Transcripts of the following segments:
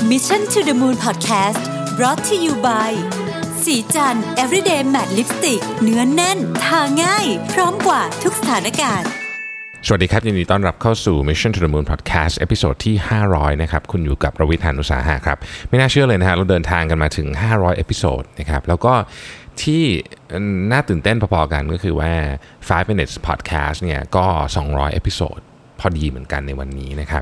Mission to the Moon Podcast brought to you by สีจัน Everyday Matte Lipstick เนื้อนแน่นทาง่ายพร้อมกว่าทุกสถานการณ์สวัสดีครับยินดีต้อนรับเข้าสู่ Mission to the Moon Podcast เอพิโซดที่500นะครับคุณอยู่กับรวิทย์ หาญอุตสาหะครับไม่น่าเชื่อเลยนะฮะเราเดินทางกันมาถึง500เอพิโซดนะครับแล้วก็ที่น่าตื่นเต้นพอๆกันก็คือว่า5 minutes podcast เนี่ยก็200เอพิโซดพอดีเหมือนกันในวันนี้นะครับ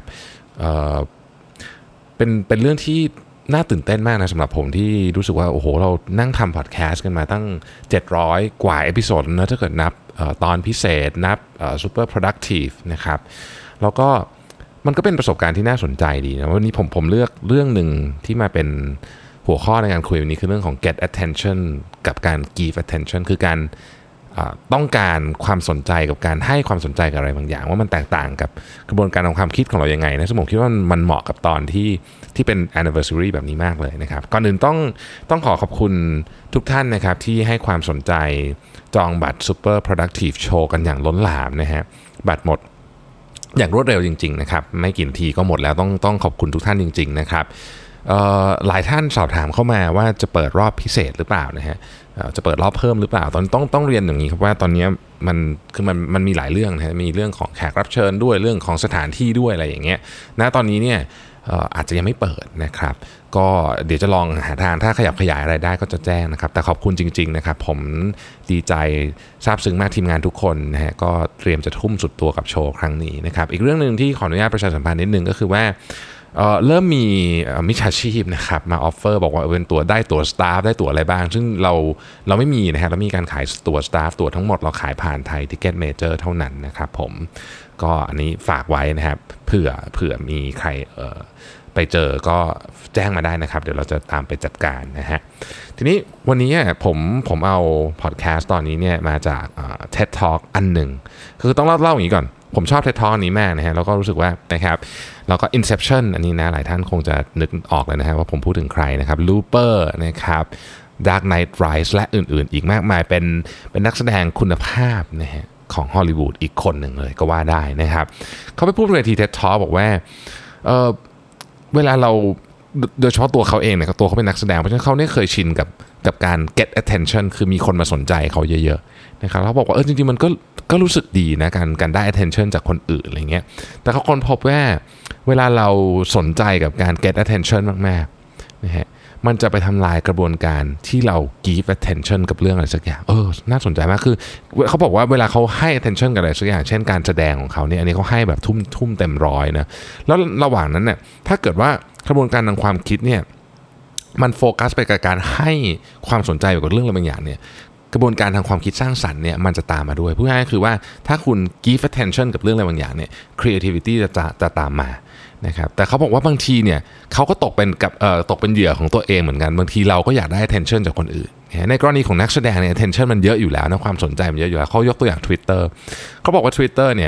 เป็นเรื่องที่น่าตื่นเต้นมากนะสำหรับผมที่รู้สึกว่าโอ้โหเรานั่งทำพอดแคสต์กันมาตั้ง700กว่าเอพิโซดนะถ้าเกิดนับตอนพิเศษนับsuper productive นะครับแล้วก็มันก็เป็นประสบการณ์ที่น่าสนใจดีนะวันนี้ผมเลือกเรื่องหนึ่งที่มาเป็นหัวข้อในการคุยวันนี้คือเรื่องของ get attention กับการ give attention คือการต้องการความสนใจกับการให้ความสนใจกับอะไรบางอย่างว่ามันแตกต่างกับกระบวนการของความคิดของเรายังไงนะซึ่งผมคิดว่ามันเหมาะกับตอนที่เป็น anniversary แบบนี้มากเลยนะครับก่อนอื่นต้องขอบคุณทุกท่านนะครับที่ให้ความสนใจจองบัตร Super Productive Show กันอย่างล้นหลามนะฮะบัตรหมดอย่างรวดเร็วจริงๆนะครับไม่กี่นาทีก็หมดแล้วต้องขอบคุณทุกท่านจริงๆนะครับหลายท่านสอบถามเข้ามาว่าจะเปิดรอบพิเศษหรือเปล่านะฮะจะเปิดรอบเพิ่มหรือเปล่าต้องเรียนอย่างนี้ครับว่าตอนนี้มันมีหลายเรื่องนะมีเรื่องของแขกรับเชิญด้วยเรื่องของสถานที่ด้วยอะไรอย่างเงี้ยณตอนนี้เนี่ยอาจจะยังไม่เปิดนะครับก็เดี๋ยวจะลองหาทางถ้าขยับขยายอะไรได้ก็จะแจ้งนะครับแต่ขอบคุณจริงๆนะครับผมดีใจซาบซึ้งมากทีมงานทุกคนนะฮะก็เตรียมจะทุ่มสุดตัวกับโชว์ครั้งนี้นะครับอีกเรื่องนึงที่ขออนุญาตประชาสัมพันธ์นิดนึงก็คือว่าเริ่มมีมิจฉาชีพนะครับมาออฟเฟอร์บอกว่าเป็นตัวได้ตัวสตาฟได้ตัวอะไรบ้างซึ่งเราไม่มีนะฮะเรามีการขายตัวสตาฟตัวทั้งหมดเราขายผ่านไทยทิกเก็ตเมเจอร์เท่านั้นนะครับผมก็อันนี้ฝากไว้นะครับเผื่อมีใครไปเจอก็แจ้งมาได้นะครับเดี๋ยวเราจะตามไปจัดการนะฮะทีนี้วันนี้ผมเอาพอดแคสต์ตอนนี้เนี่ยมาจากTED Talk อันหนึ่งคือต้องเล่าอย่างนี้ก่อนผมชอบ TED Talk นี้มากนะฮะแล้วก็รู้สึกว่านะครับแล้วก็ Inception อันนี้นะหลายท่านคงจะนึกออกเลยนะฮะว่าผมพูดถึงใครนะครับ Looper นะครับ Dark Knight Rise และอื่นๆอีกมากมายเป็นนักแสดงคุณภาพนะฮะของฮอลลีวูดอีกคนหนึ่งเลยก็ว่าได้นะครับเขาไปพูดในที TED Talk บอกว่าเวลาเราโดยเฉพาะตัวเขาเองเนี่ยตัวเขาเป็นนักแสดงเพราะฉะนั้นเขาเนี่ยเคยชินกับการ get attention คือมีคนมาสนใจเขาเยอะๆนะครับเขาบอกว่าจริงๆมันก็รู้สึกดีนะการได้ attention จากคนอื่นอะไรเงี้ยแต่เขาค้นพบว่าเวลาเราสนใจกับการ get attention มากๆนะฮะมันจะไปทำลายกระบวนการที่เรา give attention กับเรื่องอะไรสักอย่างน่าสนใจมากคือเขาบอกว่าเวลาเขาให้ attention กับอะไรสักอย่างเช่นการแสดงของเขาเนี่ยอันนี้เขาให้แบบทุ่มเต็มร้อยนะแล้วระหว่างนั้นเนี่ยถ้าเกิดว่ากระบวนการทางความคิดเนี่ยมันโฟกัสไปกับการให้ความสนใจกับเรื่องอะไรบางอย่างเนี่ยกระบวนการทางความคิดสร้างสรรค์เนี่ยมันจะตามมาด้วยพูดง่ายๆคือว่าถ้าคุณ give attention กับเรื่องอะไรบางอย่างเนี่ย creativity จะตามมานะครับแต่เขาบอกว่าบางทีเนี่ยเขาก็ตกเป็นเหยื่อของตัวเองเหมือนกันบางทีเราก็อยากได้ attention จากคนอื่นในกรณีของนักแสดงเนี่ย attention มันเยอะอยู่แล้วนะความสนใจมันเยอะอยู่แล้วเขายกตัวอย่าง Twitter เขาบอกว่า Twitter เนี่ย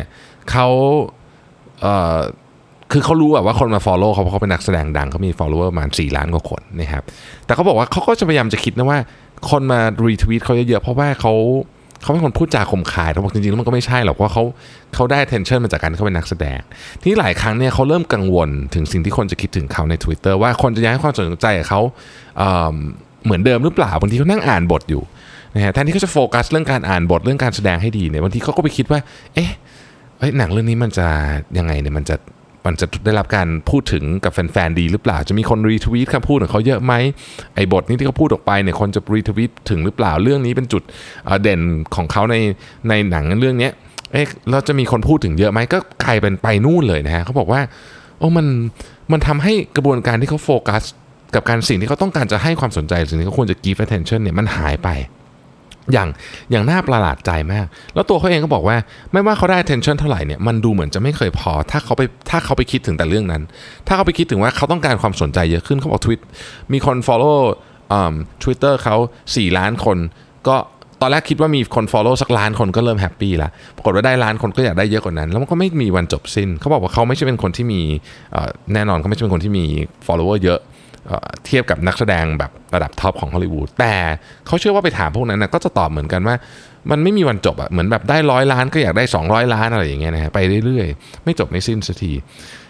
คือเขารู้ว่าคนมา follow เขาเพราะเขาเป็นนักแสดงดังเขามี follower ประมาณ4 ล้านกว่าคนนะครับแต่เขาบอกว่าเขาก็จะพยายามจะคิดนะว่าคนมา retweet เขาเยอะๆเพราะว่าเขาเป็นคนพูดจาคมคายแต่บอกจริงๆแล้วมันก็ไม่ใช่หรอกเพราะเขาได้ attention มาจากการที่เขาเป็นนักแสดงที่หลายครั้งเนี่ยเขาเริ่มกังวลถึงสิ่งที่คนจะคิดถึงเขาใน Twitter ว่าคนจะยังให้ความสนใจกับเขาเหมือนเดิมหรือเปล่าบางทีเขานั่งอ่านบทอยู่นะฮะแทนที่เขาจะโฟกัสเรื่องการอ่านบทเรื่องการแสดงให้ดีเนี่ยบางทีเขาก็ไปคิดว่าหนังเรื่องนี้มันจะยังไงเนี่ยมันจะได้รับการพูดถึงกับแฟนๆดีหรือเปล่าจะมีคนรีทวีตคำพูดของเขาเยอะไหมไอ้บทนี้ที่เขาพูดออกไปเนี่ยคนจะรีทวีตถึงหรือเปล่าเรื่องนี้เป็นจุดเด่นของเขาในหนังเรื่องนี้เราจะมีคนพูดถึงเยอะไหมก็กลายเป็นไปนู่นเลยนะฮะเขาบอกว่ามันทำให้กระบวนการที่เขาโฟกัสกับการสิ่งที่เขาต้องการจะให้ความสนใจสิ่งที่เขาควรจะ give attention เนี่ยมันหายไปอย่างน่าประหลาดใจมากแล้วตัวเขาเองก็บอกว่าไม่ว่าเขาได้ attention เท่าไหร่เนี่ยมันดูเหมือนจะไม่เคยพอถ้าเขาไปคิดถึงแต่เรื่องนั้นถ้าเขาไปคิดถึงว่าเขาต้องการความสนใจเยอะขึ้นเขาบอกมีคน follow Twitter เขา4 ล้านคนก็ตอนแรกคิดว่ามีคน follow สักล้านคนก็เริ่มแฮปปี้แล้วปรากฏว่าได้ล้านคนก็อยากได้เยอะกว่านั้นแล้วมันก็ไม่มีวันจบสิ้นเขาบอกว่าเขาไม่ใช่เป็นคนที่มีแน่นอนเขาไม่ใช่เป็นคนที่มี follower เยอะเทียบกับนักแสดงแบบระดับท็อปของฮอลลีวูดแต่เขาเชื่อว่าไปถามพวกนั้นนะก็จะตอบเหมือนกันว่ามันไม่มีวันจบเหมือนแบบได้100 ล้านก็อยากได้200 ล้านอะไรอย่างเงี้ยนะฮะไปเรื่อยๆไม่จบไม่สิ้นสักที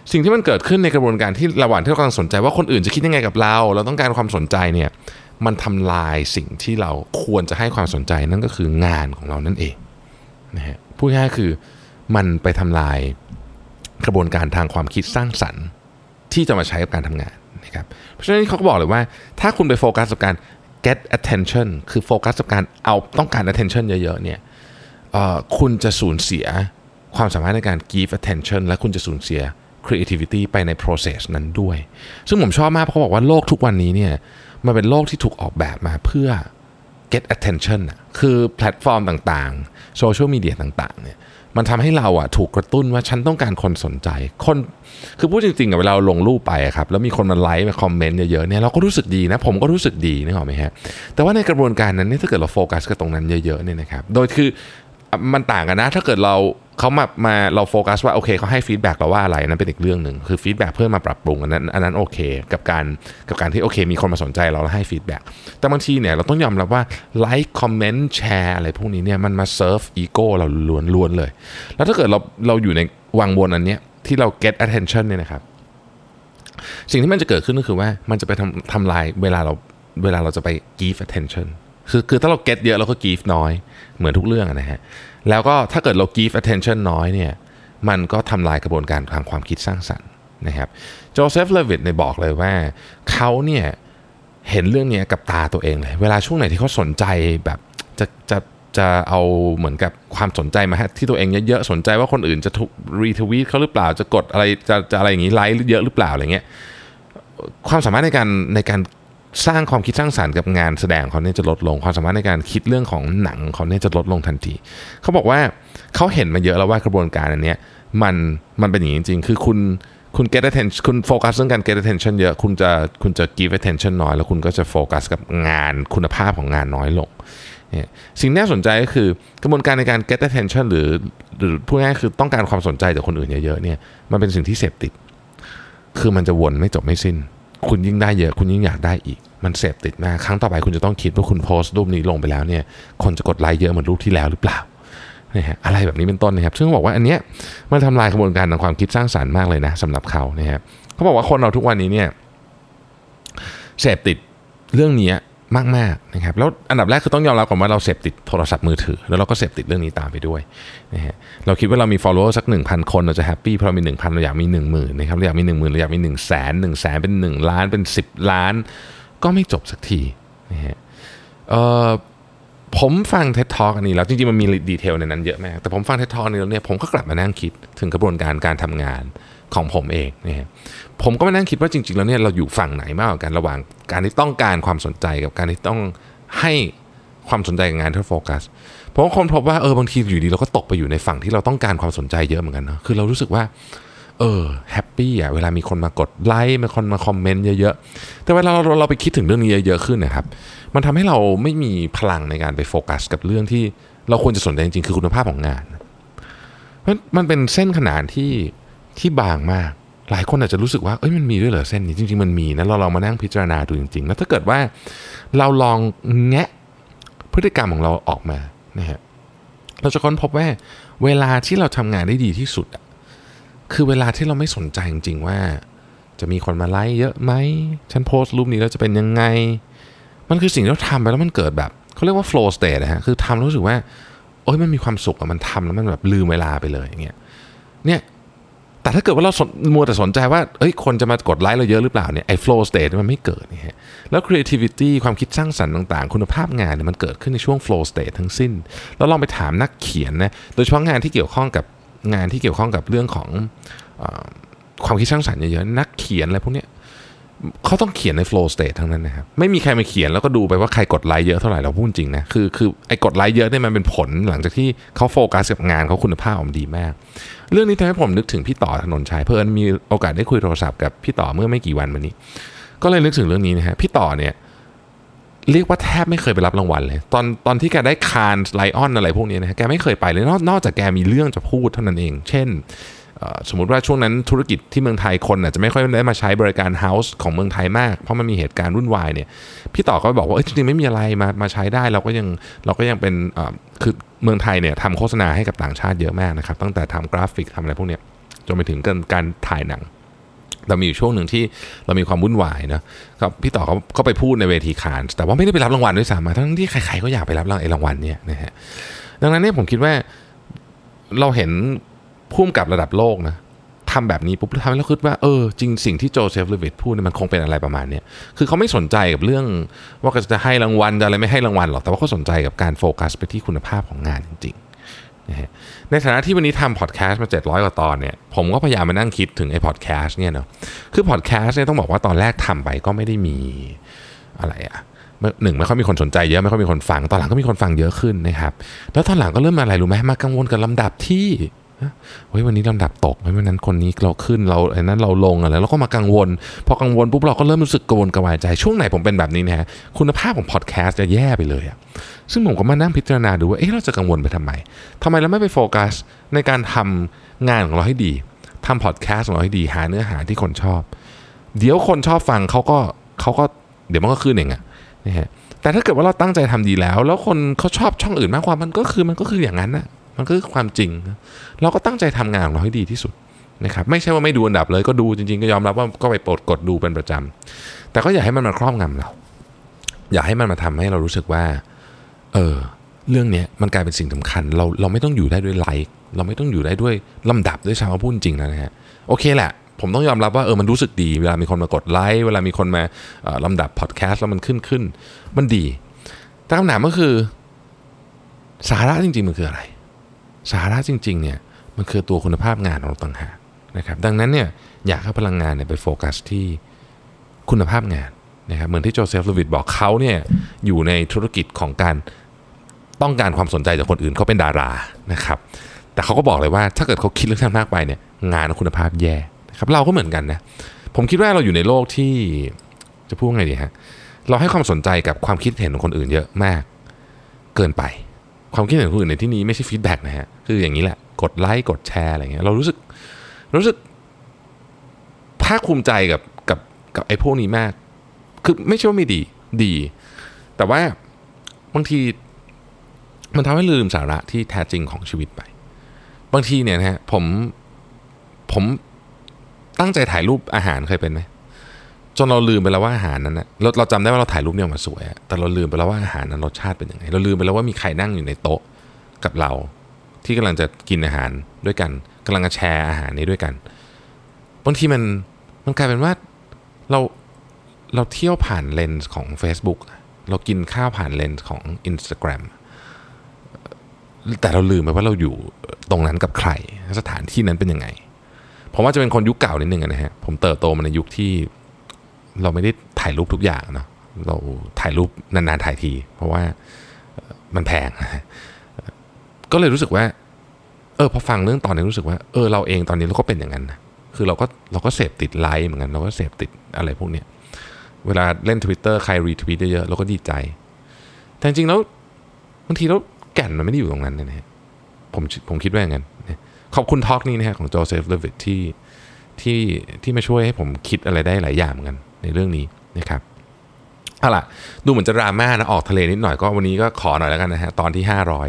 สิ่งที่มันเกิดขึ้นในกระบวนการที่ระหว่างที่เรากำลังสนใจว่าคนอื่นจะคิดยังไงกับเราต้องการความสนใจเนี่ยมันทำลายสิ่งที่เราควรจะให้ความสนใจนั่นก็คืองานของเรานั่นเองนะฮะพูดง่ายๆคือมันไปทำลายกระบวนการทางความคิดสร้างสรรค์ที่จะมาใช้กับการทำงานนะครับเพราะฉะนั้นเขาก็บอกเลยว่าถ้าคุณไปโฟกัสกับการ get attention คือโฟกัสกับการต้องการ attention เยอะๆเนี่ยคุณจะสูญเสียความสามารถในการ give attention และคุณจะสูญเสีย creativity ไปใน process นั้นด้วยซึ่งผมชอบมากเพราะเขาบอกว่าโลกทุกวันนี้เนี่ยมันเป็นโลกที่ถูกออกแบบมาเพื่อ get attention คือแพลตฟอร์มต่างๆโซเชียลมีเดียต่างๆเนี่ยมันทำให้เราถูกกระตุ้นว่าฉันต้องการคนสนใจคนคือพูดจริงๆเวลาเราลงรูปไปครับแล้วมีคนมาไลค์มาคอมเมนต์เยอะๆเนี่ยเราก็รู้สึกดีนะผมก็รู้สึกดีนึกออกไหมฮะแต่ว่าในกระบวนการนั้นเนี่ยถ้าเกิดเราโฟกัสกับตรงนั้นเยอะๆเนี่ยนะครับโดยคือมันต่างกันนะถ้าเกิดเขามาเราโฟกัสว่าโอเคเขาให้ฟีดแบ็กเราว่าอะไรนั้นเป็นอีกเรื่องหนึ่งคือฟีดแบ็กเพื่อมาปรับปรุงอันนั้นโอเคกับการที่โอเคมีคนมาสนใจเราแล้วให้ฟีดแบ็กแต่บางทีเนี่ยเราต้องยอมรับว่าไลค์คอมเมนต์แชร์อะไรพวกนี้เนี่ยมันมาเซิร์ฟอีโก้เราล้วนๆเลยแล้วถ้าเกิดเราอยู่ในวังวนอันเนี้ยที่เรา get attention เนี่ยนะครับสิ่งที่มันจะเกิดขึ้นก็คือว่ามันจะไปทำลายเวลาเราจะไป give attention คือถ้าเรา get เยอะเราก็ give น้อยเหมือนทุกเรื่องนะฮะแล้วก็ถ้าเกิดเรา give attention น้อยเนี่ยมันก็ทำลายกระบวนการทางความคิดสร้างสรรค์นะครับโจเซฟ เลวิตเนี่ยบอกเลยว่าเขาเนี่ยเห็นเรื่องนี้กับตาตัวเองเลยเวลาช่วงไหนที่เขาสนใจแบบจะเอาเหมือนกับความสนใจมาที่ตัวเองเยอะๆสนใจว่าคนอื่นจะรีทวีตเขาหรือเปล่าจะกดอะไรจะอะไรอย่างนี้ไลค์เยอะหรือเปล่าอะไรเงี้ยความสามารถในการสร้างความคิดสร้างสรรค์กับงานแสดงเขาเนี่ยจะลดลงความสามารถในการคิดเรื่องของหนังเขาเนี่ยจะลดลงทันทีเขาบอกว่าเขาเห็นมาเยอะแล้วว่ากระบวนการอันเนี้ยมันเป็นอย่างนี้จริงๆคือคุณ get attention คุณโฟกัสเรื่องการ get attention เยอะคุณจะ give attention น้อยแล้วคุณก็จะโฟกัสกับงานคุณภาพของงานน้อยลงสิ่งน่าสนใจก็คือกระบวนการในการ get attention หรือพูดง่ายๆคือต้องการความสนใจจากคนอื่นเยอะๆเนี่ยมันเป็นสิ่งที่เสพติดคือมันจะวนไม่จบไม่สิ้นคุณยิ่งได้เยอะคุณยิ่งอยากได้อีกมันเสพติดมากครั้งต่อไปคุณจะต้องคิดว่าคุณโพสต์รูปนี้ลงไปแล้วเนี่ยคนจะกดไลค์เยอะเหมือนรูปที่แล้วหรือเปล่าเนี่ยอะไรแบบนี้เป็นต้นนะครับซึ่งบอกว่าอันเนี้ยมันทำลายกระบวนการทางความคิดสร้างสรรค์มากเลยนะสำหรับเขานะครับเขาบอกว่าคนเราทุกวันนี้เนี่ยเสพติดเรื่องนี้มากๆนะครับแล้วอันดับแรกคือต้องยอมรับก่อนว่าเราเสพติดโทรศัพท์มือถือแล้วเราก็เสพติดเรื่องนี้ตามไปด้วยนะฮะเราคิดว่าเรามี follower สัก 1,000 คนเราจะแฮปปี้เพราะเรามี 1,000 เราอยากมี 10,000 นะครับเราอยากมี 10,000 เราอยากมี 100,000 เป็น1ล้านเป็น10ล้านก็ไม่จบสักทีนะฮะผมฟัง TED Talk อันนี้แล้วจริงๆมันมีดีเทลในนั้นเยอะมากแต่ผมฟัง TED Talk นี้แล้วเนี่ยผมก็กลับมานั่งคิดถึงกระบวนการทำงานของผมเองนะฮะผมก็มานั่งคิดว่าจริงๆแล้วเนี่ยเราอยู่ฝั่งไหนมากกว่ากันระหว่างการที่ต้องการความสนใจกับการที่ต้องให้ความสนใจกับงานที่โฟกัสเพราะว่าคนพบว่าบางทีอยู่ดีเราก็ตกไปอยู่ในฝั่งที่เราต้องการความสนใจเยอะเหมือนกันเนาะคือเรารู้สึกว่าแฮปปี้เวลามีคนมากดไลค์มีคนมาคอมเมนต์เยอะๆแต่เวลาเราไปคิดถึงเรื่องนี้เยอะๆขึ้นนะครับมันทำให้เราไม่มีพลังในการไปโฟกัสกับเรื่องที่เราควรจะสนใจจริงๆคือคุณภาพของงานเพราะมันเป็นเส้นขนานที่บางมากหลายคนอาจจะรู้สึกว่ามันมีด้วยเหรอเส้นนี้จริงๆมันมีนะเราลองมานั่งพิจารณาดูจริงๆแล้วถ้าเกิดว่าเราลองแงะพฤติกรรมของเราออกมานะฮะเราจะค้นพบว่าเวลาที่เราทำงานได้ดีที่สุดคือเวลาที่เราไม่สนใจจริงๆว่าจะมีคนมาไลค์เยอะไหมฉันโพสต์รูปนี้แล้วจะเป็นยังไงมันคือสิ่งที่เราทำไปแล้วมันเกิดแบบเขาเรียกว่า flow state นะฮะคือทำแล้วรู้สึกว่ามันมีความสุขมันทำแล้วมันแบบลืมเวลาไปเลยอย่างเงี้ยเนี่ยแต่ถ้าเกิดว่าเรามัวแต่สนใจว่าคนจะมากดไลค์เราเยอะหรือเปล่าเนี่ยไอ้ flow state มันไม่เกิดนี่ฮะแล้ว creativity ความคิดสร้างสรรค์ต่างๆคุณภาพงานเนี่ยมันเกิดขึ้นในช่วง flow state ทั้งสิ้นแล้วลองไปถามนักเขียนนะโดยเฉพาะงานที่เกี่ยวข้องกับเรื่องของความคิดสร้างสรรค์เยอะๆนักเขียนอะไรพวกเนี้ยเขาต้องเขียนใน flow state ทั้งนั้นนะครับไม่มีใครมาเขียนแล้วก็ดูไปว่าใครกดไลค์เยอะเท่าไหร่เราพูดจริงนะคือไอ้กดไลค์เยอะเนี่ยมันเป็นผลหลังจากที่เขาโฟกัสกับงานเขาคุณภาพออกมาดีมากเรื่องนี้ทำให้ผมนึกถึงพี่ต่อถนนชัยเพื่อนมีโอกาสได้คุยโทรศัพท์กับพี่ต่อเมื่อไม่กี่วันมานี้ก็เลยนึกถึงเรื่องนี้นะฮะพี่ต่อเนี่ยเรียกว่าแทบไม่เคยไปรับรางวัลเลยตอนที่แกได้คานส์ไลออนอะไรพวกนี้นะฮะแกไม่เคยไปเลยนอกจากแกมีเรื่องจะพูดเท่านั้นเองเช่นสมมุติว่าช่วงนั้นธุรกิจที่เมืองไทยคนอาจจะไม่ค่อยได้มาใช้บริการเฮาส์ของเมืองไทยมากเพราะมันมีเหตุการณ์วุ่นวายเนี่ยพี่ต่อก็บอกว่าจริงๆไม่มีอะไรมาใช้ได้เราก็ยังเป็นคือเมืองไทยเนี่ยทำโฆษณาให้กับต่างชาติเยอะมากนะครับตั้งแต่ทำกราฟิกทำอะไรพวกนี้จนไปถึงการถ่ายหนังเรามีอยู่ช่วงหนึ่งที่เรามีความวุ่นวายนะครับพี่ต่อเขาก็ไปพูดในเวทีคานส์แต่ว่าไม่ได้ไปรับรางวัลด้วยซ้ำทั้งที่ใครๆก็อยากไปรับรางวัลเนี่ยนะฮะดังนั้นเนี่ยผมคิดว่าเราเห็นผู้กำกับระดับโลกนะทำแบบนี้ปุ๊บทำให้เราคิดว่าจริงสิ่งที่โจเซฟ เลวิตพูดมันคงเป็นอะไรประมาณนี้คือเขาไม่สนใจกับเรื่องว่าจะให้รางวัลจะอะไรไม่ให้รางวัลหรอกแต่ว่าเขาสนใจกับการโฟกัสไปที่คุณภาพของงานจริงๆนะฮะในฐานะที่วันนี้ทำพอดแคสต์มา700กว่าตอนเนี่ยผมก็พยายามมานั่งคิดถึงไอ้พอดแคสต์เนี่ยเนาะคือพอดแคสต์เนี่ยต้องบอกว่าตอนแรกทำไปก็ไม่ได้มีอะไรหนึ่งไม่ค่อยมีคนสนใจเยอะไม่ค่อยมีคนฟังตอนหลังก็มีคนฟังเยอะขึ้นนะครับแล้วตอนหลังก็เริ่มอะไรรู้ไหมมากังวลกับลำดับที่วันนี้ลำดับตกวันนั้นคนนี้เราขึ้นเราไอ้นั้นเราลงอะไรแล้วก็มากังวลพอกังวลปุ๊บเราก็เริ่มรู้สึกกังวลกระวายใจช่วงไหนผมเป็นแบบนี้นะฮะคุณภาพของพอดแคสต์จะแย่ไปเลยซึ่งผมก็มานั่งพิจารณาดูว่าเราจะกังวลไปทำไมเราไม่ไปโฟกัสในการทำงานของเราให้ดีทำพอดแคสต์ของเราให้ดีหาเนื้อหาที่คนชอบเดี๋ยวคนชอบฟังเขาก็เดี๋ยวมันก็ขึ้นเองนะฮะแต่ถ้าเกิดว่าเราตั้งใจทำดีแล้วคนเขาชอบช่องอื่นมากกว่ามันก็คืออย่างนั้นมันก็คือความจริงเราก็ตั้งใจทำงานของเราให้ดีที่สุดนะครับไม่ใช่ว่าไม่ดูอันดับเลยก็ดูจริงๆก็ยอมรับว่าก็ไปกดดูเป็นประจำแต่ก็อย่าให้มันมาครอบงำเราอย่าให้มันมาทำให้เรารู้สึกว่าเรื่องนี้มันกลายเป็นสิ่งสำคัญเราไม่ต้องอยู่ได้ด้วยไลค์เราไม่ต้องอยู่ได้ด้วยลำดับด้วยซ้ำว่าพูดจริงนะฮะโอเคแหละผมต้องยอมรับว่ามันรู้สึกดีเวลามีคนมากดไลค์เวลามีคนมาลำดับพอดแคสต์แล้วมันขึ้นมันดีแต่คำถามก็คือสาระจริงๆมันคืออะไรสาระจริงๆเนี่ยมันคือตัวคุณภาพงานของเราต่างหากนะครับดังนั้นเนี่ยอยากให้พลังงานเนี่ยไปโฟกัสที่คุณภาพงานนะครับเหมือนที่โจเซฟ เลวิตบอกเขาเนี่ยอยู่ในธุรกิจของการต้องการความสนใจจากคนอื่นเขาเป็นดารานะครับแต่เขาก็บอกเลยว่าถ้าเกิดเขาคิดเรื่องนั้นมากไปเนี่ยงานคุณภาพแย่นะครับเราก็เหมือนกันนะผมคิดว่าเราอยู่ในโลกที่จะพูดไงดีฮะเราให้ความสนใจกับความคิดเห็นของคนอื่นเยอะมากเกินไปความคิดเห็นของคนอื่นในที่นี้ไม่ใช่ฟีดแบ็กนะฮะคืออย่างนี้แหละกดไลค์กดแชร์อะไรเงี้ยเรารู้สึกภาคภูมิใจกับไอ้พวกนี้มากคือไม่ใช่ว่าไม่ดีแต่ว่าบางทีมันทำให้ลืมสาระที่แท้จริงของชีวิตไปบางทีเนี่ยนะฮะผมตั้งใจถ่ายรูปอาหารเคยเป็นไหมจนเราลืมไปแล้วว่าอาหารนั้นนะเราจำได้ว่าเราถ่ายรูปเนี่ยออกมาสวยแต่เราลืมไปแล้วว่าอาหารนั้นรสชาติเป็นยังไงเราลืมไปแล้วว่ามีใครนั่งอยู่ในโต๊ะกับเราที่กำลังจะกินอาหารด้วยกันกำลังจะแชร์อาหารนี้ด้วยกันบางทีมันกลายเป็นว่าเราเที่ยวผ่านเลนส์ของ Facebook เรากินข้าวผ่านเลนส์ของ Instagram แต่เราลืมไปว่าเราอยู่ตรงนั้นกับใครสถานที่นั้นเป็นยังไงผมว่าจะเป็นคนยุคเก่านิดนึงนะฮะผมเติบโตมาในยุคที่เราไม่ได้ถ่ายรูปทุกอย่างเนาะเราถ่ายรูปนานๆถ่ายทีเพราะว่ามันแพงก็เลยรู้สึกว่าพอฟังเรื่องตอนนี้รู้สึกว่าเราเองตอนนี้เราก็เป็นอย่างนั้นนะคือเราก็เสพติดไลค์เหมือนกันเราก็เสพติดอะไรพวกเนี้ยเวลาเล่น Twitter ใครรีทวีตเยอะๆเราก็ดีใจแต่จริงๆแล้วบางทีแล้วแก่นมันไม่ได้อยู่ตรงนั้นนะฮะผมคิดว่าอย่างนั้นขอบคุณทอล์กนี้นะฮะของโจเซฟ เลวิตที่มาช่วยให้ผมคิดอะไรได้หลายอย่างเหมือนกันในเรื่องนี้นะครับเอาล่ะดูเหมือนจะดราม่านะออกทะเลนิดหน่อยก็วันนี้ก็ขอหน่อยแล้วกันนะฮะตอนที่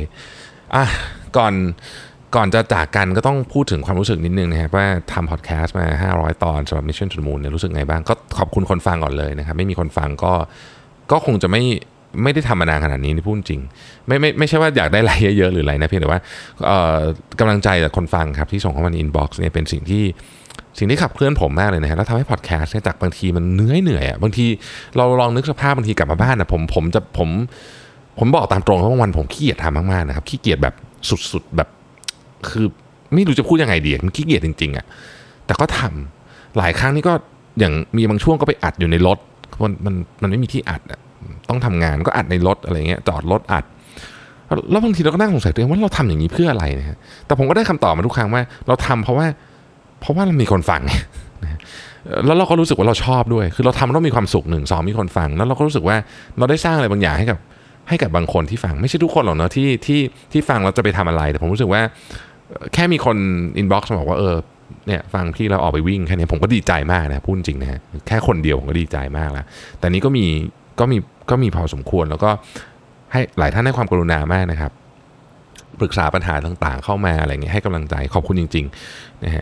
500ก่อนจะจากกันก็ต้องพูดถึงความรู้สึกนิดนึงนะครับว่าทำพอดแคสต์มา500ตอนสำหรับ Mission to the Moon เนี่ยรู้สึกไงบ้างก็ขอบคุณคนฟังก่อนเลยนะครับไม่มีคนฟังก็คงจะไม่ได้ทำมานานขนาดนี้นี่พูดจริงไม่ใช่ว่าอยากได้ไลค์เยอะๆหรืออะไรนะเพียงแต่ว่ากำลังใจจากคนฟังครับที่ส่งเข้ามาในอินบ็อกซ์เนี่ยเป็นสิ่งที่ขับเคลื่อนผมมากเลยนะฮะแล้วทำให้พอดแคสต์เนี่ยจากบางทีมันเหนื่อยอ่ะบางทีเราลองนึกสภาพบางทีกลับมาบ้านนะผมบอกตามตรงว่าบางวันผมขี้เกียจทำมากๆนะครับขี้เกียจแบบสุดๆแบบคือไม่รู้จะพูดยังไงดีมันขี้เกียจจริงๆอ่ะแต่ก็ทำหลายครั้งนี่ก็อย่างมีบางช่วงก็ไปอัดอยู่ในรถมันไม่มีที่อัดอ่ะต้องทำงานก็อัดในรถอะไรเงี้ยจอดรถอัดแล้วบางทีเราก็นั่งสงสัยตัวเองว่าเราทำอย่างนี้เพื่ออะไรนะฮะแต่ผมก็ได้คำตอบมาทุกครั้งว่าเราทำเพราะว่าเรามีคนฟังแล้วเราก็รู้สึกว่าเราชอบด้วยคือเราทำแล้วมีความสุข1 2มีคนฟังแล้วเราก็รู้สึกว่าเราได้สร้างอะไรบางอย่างให้กับบางคนที่ฟังไม่ใช่ทุกคนหรอกเนาะที่ฟังเราจะไปทำอะไรแต่ผมรู้สึกว่าแค่มีคนอินบ็อกซ์มาบอกว่าเนี่ยฟังพี่เราออกไปวิ่งแค่นี้ผมก็ดีใจมากนะพูดจริงนะฮะแค่คนเดียวผมก็ดีใจมากแล้วแต่นี้ก็มีพอสมควรแล้วก็ให้หลายท่านให้ความกรุณามากนะครับปรึกษาปัญหาต่างๆเข้ามาอะไรเงี้ยให้กำลังใจขอบคุณจริงๆนะฮะ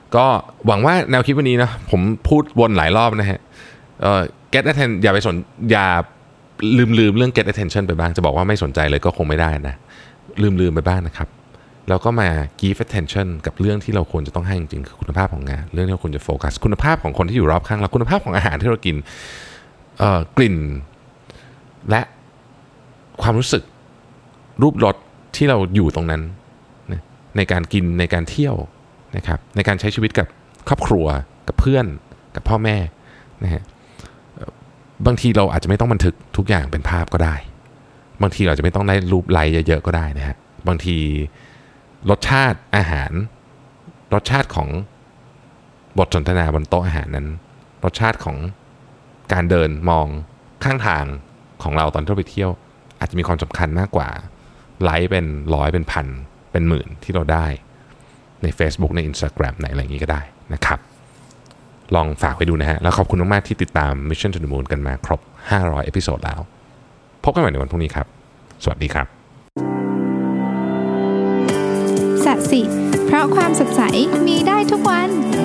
ก็หวังว่าแนวคิดวันนี้นะผมพูดวนหลายรอบนะฮะget attention อย่าลืมเรื่อง get attention ไปบ้างจะบอกว่าไม่สนใจเลยก็คงไม่ได้นะลืมไปบ้างนะครับแล้วก็มา give attention กับเรื่องที่เราควรจะต้องให้จริงๆคือคุณภาพของงานเรื่องที่เราควรจะโฟกัสคุณภาพของคนที่อยู่รอบข้างเราคุณภาพของอาหารที่เรากินกลิ่นและความรู้สึกรูปรสที่เราอยู่ตรงนั้นในการกินในการเที่ยวนะครับในการใช้ชีวิตกับครอบครัวกับเพื่อนกับพ่อแม่นะฮะบางทีเราอาจจะไม่ต้องบันทึกทุกอย่างเป็นภาพก็ได้บางทีเราจะไม่ต้องได้รูปไลค์เยอะๆก็ได้นะฮะบางทีรสชาติอาหารรสชาติของบทสนทนาบนโต๊ะอาหารนั้นรสชาติของการเดินมองข้างทางของเราตอนที่เราไปเที่ยวอาจจะมีความสำคัญมากกว่าไลค์เป็นร้อยเป็นพันเป็นหมื่นที่เราได้ใน Facebook ใน Instagram ในอะไรอย่างนี้ก็ได้นะครับลองฝากไปดูนะฮะแล้วขอบคุณมากๆที่ติดตาม Mission to the Moon กันมาครบ500เอพิโซดแล้วพบกันใหม่ในวันพรุ่งนี้ครับสวัสดีครับสัสิเพราะความสดใสมีได้ทุกวัน